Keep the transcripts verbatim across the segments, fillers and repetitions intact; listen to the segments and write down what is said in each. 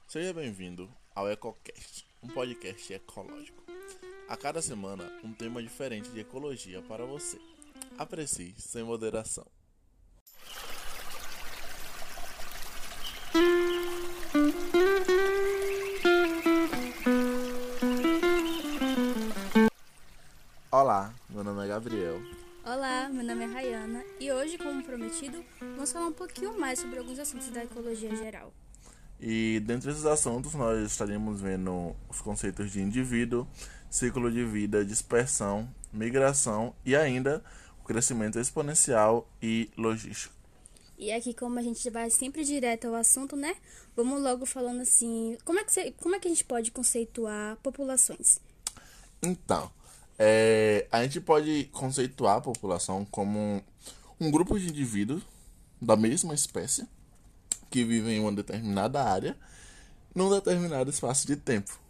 Seja bem-vindo ao EcoCast, um podcast ecológico. A cada semana, um tema diferente de ecologia para você. Aprecie sem moderação. Olá, meu nome é Gabriel. Olá, meu nome é Rayana e hoje, como prometido, vamos falar um pouquinho mais sobre alguns assuntos da ecologia geral. E dentre esses assuntos, nós estaremos vendo os conceitos de indivíduo, ciclo de vida, dispersão, migração e ainda o crescimento exponencial e logístico. E aqui, como a gente vai sempre direto ao assunto, né? Vamos logo falando assim, como é que, você, como é que a gente pode conceituar populações? Então, é, a gente pode conceituar a população como um grupo de indivíduos da mesma espécie que vivem em uma determinada área num determinado espaço de tempo.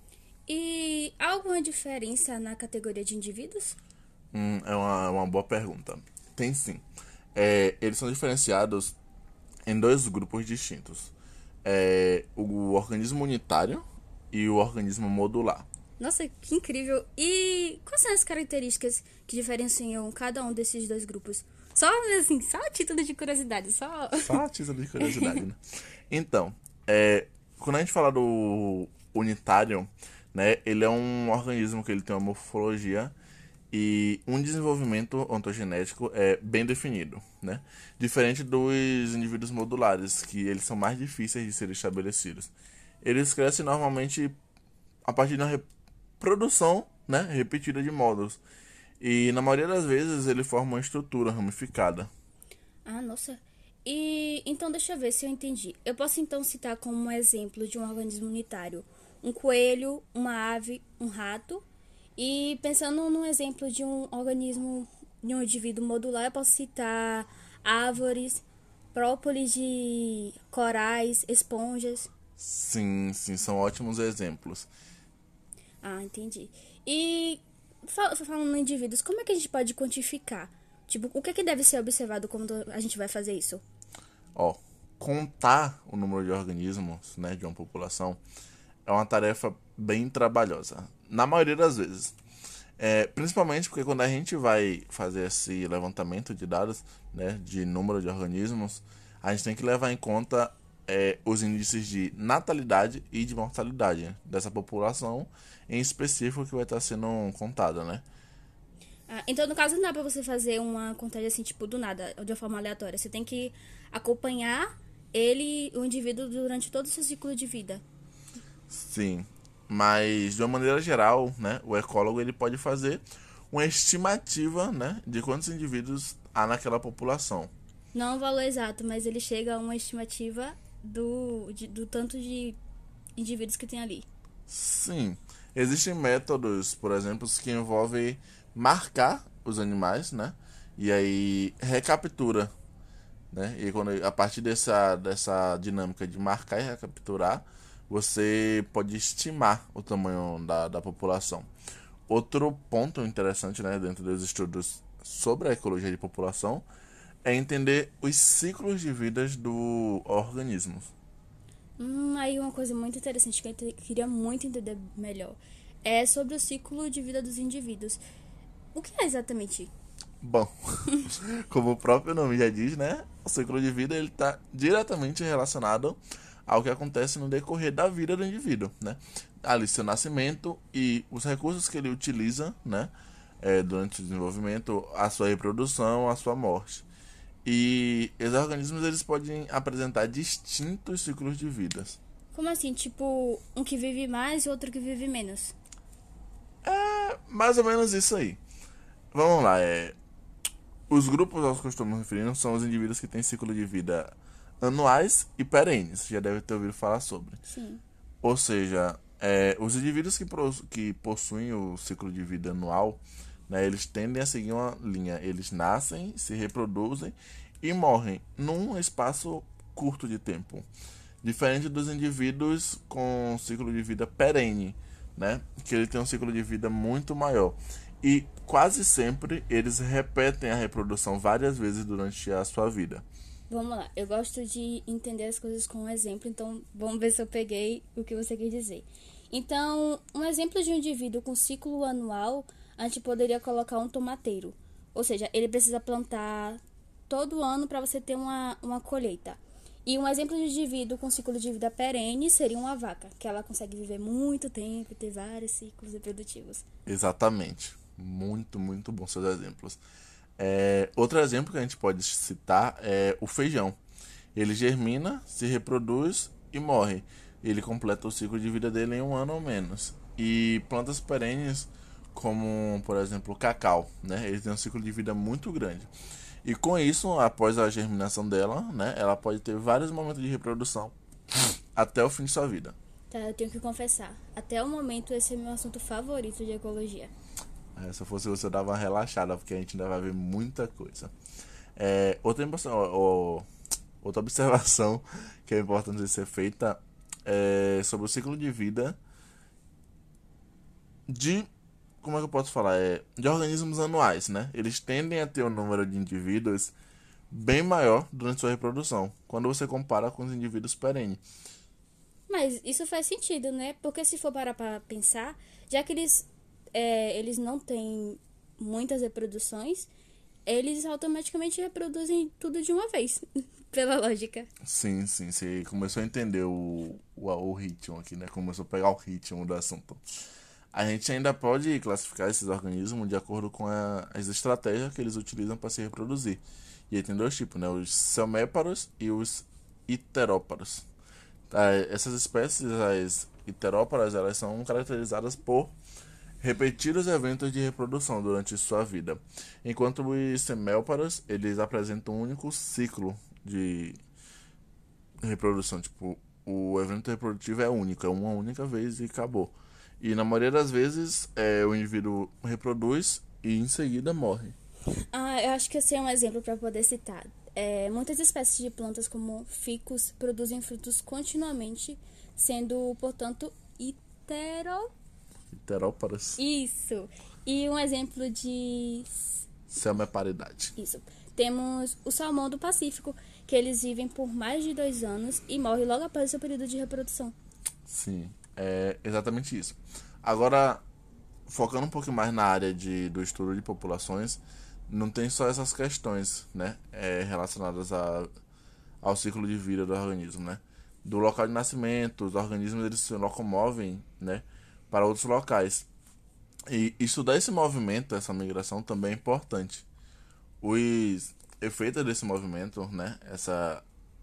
E há alguma diferença na categoria de indivíduos? Hum, é uma, uma boa pergunta. Tem sim. É, eles são diferenciados em dois grupos distintos. É, o organismo unitário e o organismo modular. Nossa, que incrível! E quais são as características que diferenciam cada um desses dois grupos? Só assim, só a título de curiosidade, só. Só a título de curiosidade, né? Então, é, quando a gente fala do unitário, né, ele é um organismo que ele tem uma morfologia e um desenvolvimento ontogenético é bem definido, né? Diferente dos indivíduos modulares, que eles são mais difíceis de serem estabelecidos. Eles crescem normalmente a partir de uma reprodução, né, repetida de módulos. E na maioria das vezes ele forma uma estrutura ramificada. Ah, nossa. E então deixa eu ver se eu entendi. Eu posso então citar como um exemplo de um organismo unitário um coelho, uma ave, um rato. E pensando num exemplo de um organismo, de um indivíduo modular, eu posso citar árvores, própolis de corais, esponjas. Sim, sim, são ótimos exemplos. Ah, entendi. E fal- falando em indivíduos, como é que a gente pode quantificar? Tipo, o que é que deve ser observado quando a gente vai fazer isso? Ó, contar o número de organismos, né, de uma população é uma tarefa bem trabalhosa, na maioria das vezes. É, principalmente porque quando a gente vai fazer esse levantamento de dados, né, de número de organismos, a gente tem que levar em conta é, os índices de natalidade e de mortalidade dessa população em específico que vai estar sendo contada, né? Ah, então, no caso, não dá pra você fazer uma contagem assim, tipo, do nada, de uma forma aleatória. Você tem que acompanhar ele, o indivíduo, durante todo o seu ciclo de vida. Sim, mas de uma maneira geral, né, o ecólogo ele pode fazer uma estimativa, né, de quantos indivíduos há naquela população. Não o valor exato, mas ele chega a uma estimativa do, de- do tanto de indivíduos que tem ali. Sim, existem métodos, por exemplo, que envolvem marcar os animais, né, e aí recaptura, né, e quando a partir dessa dessa dinâmica de marcar e recapturar, você pode estimar o tamanho da, da população. Outro ponto interessante, né, dentro dos estudos sobre a ecologia de população é entender os ciclos de vidas do organismo. Hum, aí uma coisa muito interessante que eu te- queria muito entender melhor é sobre o ciclo de vida dos indivíduos. O que é exatamente? Bom, como o próprio nome já diz, né, o ciclo de vida ele está diretamente relacionado ao que acontece no decorrer da vida do indivíduo, né? Ali seu nascimento e os recursos que ele utiliza, né, é, durante o desenvolvimento, a sua reprodução, a sua morte. E esses organismos eles podem apresentar distintos ciclos de vidas. Como assim? Tipo, um que vive mais e outro que vive menos? É mais ou menos isso aí. Vamos lá, é, os grupos aos que eu estou me referindo são os indivíduos que têm ciclo de vida anuais e perenes. Já deve ter ouvido falar sobre. Sim. Ou seja, é, os indivíduos que, pro- que possuem o ciclo de vida anual, né, eles tendem a seguir uma linha. Eles nascem, se reproduzem e morrem num espaço curto de tempo. Diferente dos indivíduos com ciclo de vida perene, né, que ele tem um ciclo de vida muito maior. E quase sempre eles repetem a reprodução várias vezes durante a sua vida. Vamos lá, eu gosto de entender as coisas com um exemplo, então vamos ver se eu peguei o que você quer dizer. Então, um exemplo de um indivíduo com ciclo anual, a gente poderia colocar um tomateiro. Ou seja, ele precisa plantar todo ano para você ter uma, uma colheita. E um exemplo de indivíduo com ciclo de vida perene seria uma vaca, que ela consegue viver muito tempo e ter vários ciclos reprodutivos. Exatamente. Muito, muito bons seus exemplos. É, outro exemplo que a gente pode citar é o feijão. Ele germina, se reproduz e morre. Ele completa o ciclo de vida dele em um ano ou menos. E plantas perenes, como por exemplo o cacau, né? Ele tem um ciclo de vida muito grande. E com isso, após a germinação dela, né, ela pode ter vários momentos de reprodução até o fim de sua vida. Tá, eu tenho que confessar. Até o momento, esse é meu assunto favorito de ecologia. É, se eu fosse você, eu dava uma relaxada, porque a gente ainda vai ver muita coisa. É, outra, impressão- ó, ó, outra observação que é importante de ser feita é sobre o ciclo de vida de, como é que eu posso falar? É, de organismos anuais, né? Eles tendem a ter um número de indivíduos bem maior durante sua reprodução, quando você compara com os indivíduos perenes. Mas isso faz sentido, né? Porque se for parar pra pensar, já que eles, é, eles não têm muitas reproduções, eles automaticamente reproduzem tudo de uma vez, pela lógica. Sim, sim, você começou a entender o, o, o ritmo aqui, né? Começou a pegar o ritmo do assunto. A gente ainda pode classificar esses organismos de acordo com a- as estratégias que eles utilizam para se reproduzir. E aí tem dois tipos, né? Os selméparos e os iteróparos. Tá, essas espécies, as iteróparas, elas são caracterizadas por repetidos eventos de reprodução durante sua vida, enquanto os semélparos, eles apresentam um único ciclo de reprodução, tipo, o evento reprodutivo é único, é uma única vez e acabou. E na maioria das vezes, é, o indivíduo reproduz e em seguida morre. Ah, eu acho que esse é um exemplo para poder citar. É, muitas espécies de plantas, como ficus, produzem frutos continuamente, sendo, portanto, hetero... Iteróparas, Isso! E um exemplo de... selmeparidade. Isso. Temos o salmão do Pacífico, que eles vivem por mais de dois anos e morrem logo após o seu período de reprodução. Sim, é exatamente isso. Agora, focando um pouco mais na área de, do estudo de populações, não tem só essas questões, né, é, relacionadas a, ao ciclo de vida do organismo, né? Do local de nascimento, os organismos eles se locomovem, né, para outros locais. E estudar esse movimento, essa migração também é importante. Os efeitos desse movimento, né, essa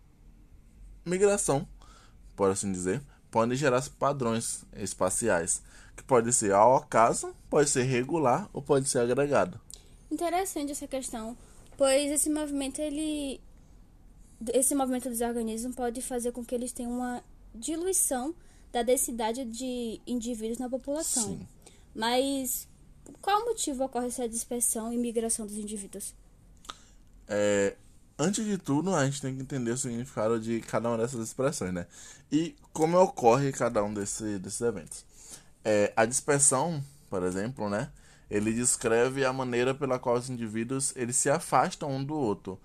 migração, por assim dizer, podem gerar padrões espaciais, que pode ser ao acaso, pode ser regular ou pode ser agregado. Interessante essa questão, pois esse movimento, ele... Esse movimento dos organismos pode fazer com que eles tenham uma diluição da densidade de indivíduos na população. Sim. Mas qual motivo ocorre essa dispersão e migração dos indivíduos? É, antes de tudo, a gente tem que entender o significado de cada uma dessas expressões, né? E como ocorre cada um desse, desses eventos. É, a dispersão, por exemplo, né? Ele descreve a maneira pela qual os indivíduos eles se afastam um do outro.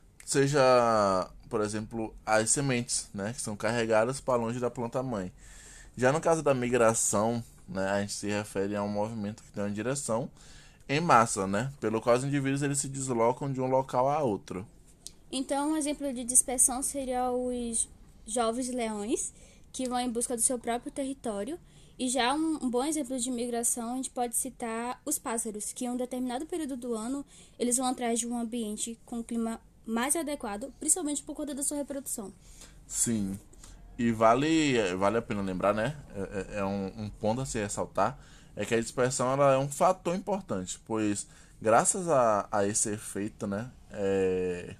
Seja, por exemplo, as sementes, né? Que são carregadas para longe da planta mãe. Já no caso da migração, né? A gente se refere a um movimento que tem uma direção em massa, né? Pelo qual os indivíduos eles se deslocam de um local a outro. Então, um exemplo de dispersão seria os jovens leões, que vão em busca do seu próprio território. E já um, um bom exemplo de migração, a gente pode citar os pássaros, que em um determinado período do ano, eles vão atrás de um ambiente com um clima mais adequado, principalmente por conta da sua reprodução. Sim. E vale, vale a pena lembrar, né? É, é é um, um ponto a se ressaltar, é que a dispersão ela é um fator importante, pois graças a, a esse efeito, né? É,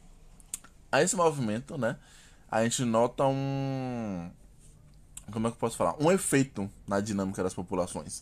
a esse movimento, né? A gente nota um, como é que eu posso falar? Um efeito na dinâmica das populações.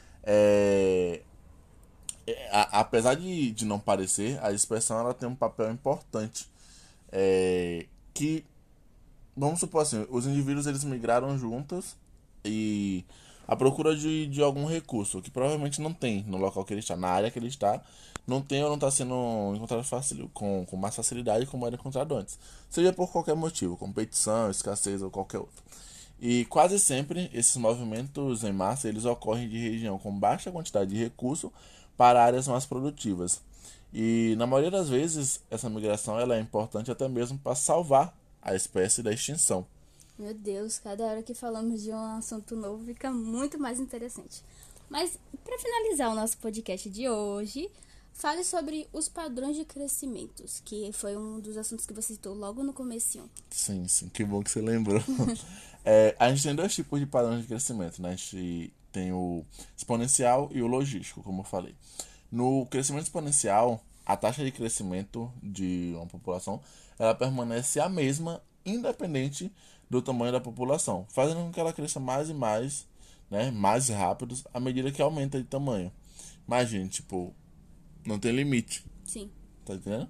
É, é, a- apesar de, de não parecer, a dispersão ela tem um papel importante. É, que, vamos supor assim, os indivíduos eles migraram juntos e a procura de, de algum recurso que provavelmente não tem no local que ele está, na área que ele está, não tem ou não está sendo encontrado facil, com, com mais facilidade como era encontrado antes. Seja por qualquer motivo, competição, escassez ou qualquer outro. E quase sempre esses movimentos em massa eles ocorrem de região com baixa quantidade de recurso para áreas mais produtivas. E na maioria das vezes essa migração ela é importante até mesmo para salvar a espécie da extinção. Meu Deus, cada hora que falamos de um assunto novo fica muito mais interessante. Mas, para finalizar o nosso podcast de hoje, fale sobre os padrões de crescimentos, que foi um dos assuntos que você citou logo no comecinho. Sim, sim, que bom que você lembrou. É, a gente tem dois tipos de padrões de crescimento, né? A gente tem o exponencial e o logístico, como eu falei. No crescimento exponencial, a taxa de crescimento de uma população, ela permanece a mesma, independente do tamanho da população, fazendo com que ela cresça mais e mais, né, mais rápido à medida que aumenta de tamanho. Imagine, tipo, não tem limite, Sim. tá entendendo?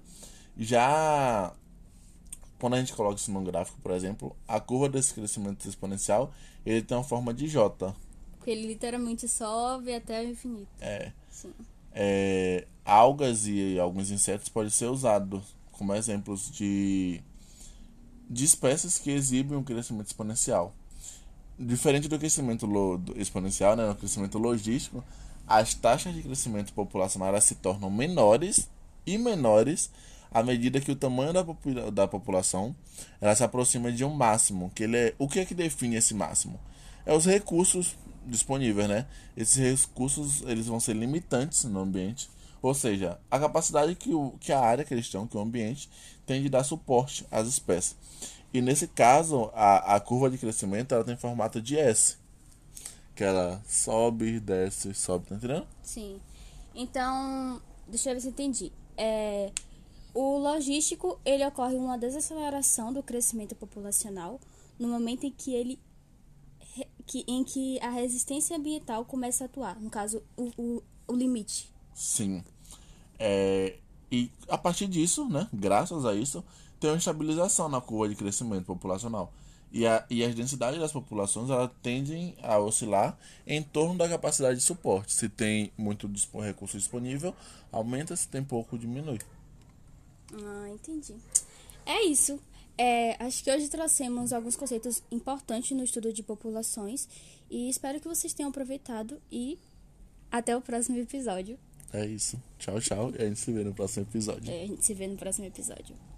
Já quando a gente coloca isso num gráfico, por exemplo, a curva desse crescimento exponencial, ele tem uma forma de J. Porque ele literalmente sobe até o infinito. É, Sim. é, algas e alguns insetos podem ser usados como exemplos de, de espécies que exibem um crescimento exponencial. Diferente do crescimento lo, do exponencial, né, no crescimento logístico, as taxas de crescimento populacional elas se tornam menores e menores à medida que o tamanho da, popula da população ela se aproxima de um máximo. Que ele é, o que é que define esse máximo? É os recursos disponíveis, né? Esses recursos eles vão ser limitantes no ambiente, ou seja, a capacidade que, o, que a área que eles estão, que o ambiente, tem de dar suporte às espécies. E nesse caso, a, a curva de crescimento ela tem formato de S. Que ela sobe, desce, sobe, tá entendendo? Sim. Então, deixa eu ver se eu entendi. É, o logístico, ele ocorre uma desaceleração do crescimento populacional no momento em que ele que, em que a resistência ambiental começa a atuar. No caso, o, o, o limite. Sim. É, e a partir disso, né, graças a isso, tem uma estabilização na curva de crescimento populacional. E, a, e as densidades das populações elas tendem a oscilar em torno da capacidade de suporte. Se tem muito dispo, recurso disponível, aumenta, se tem pouco, diminui. Ah, entendi. É isso. É, acho que hoje trouxemos alguns conceitos importantes no estudo de populações e espero que vocês tenham aproveitado e até o próximo episódio. É isso. Tchau, tchau. E a gente se vê no próximo episódio. É, a gente se vê no próximo episódio.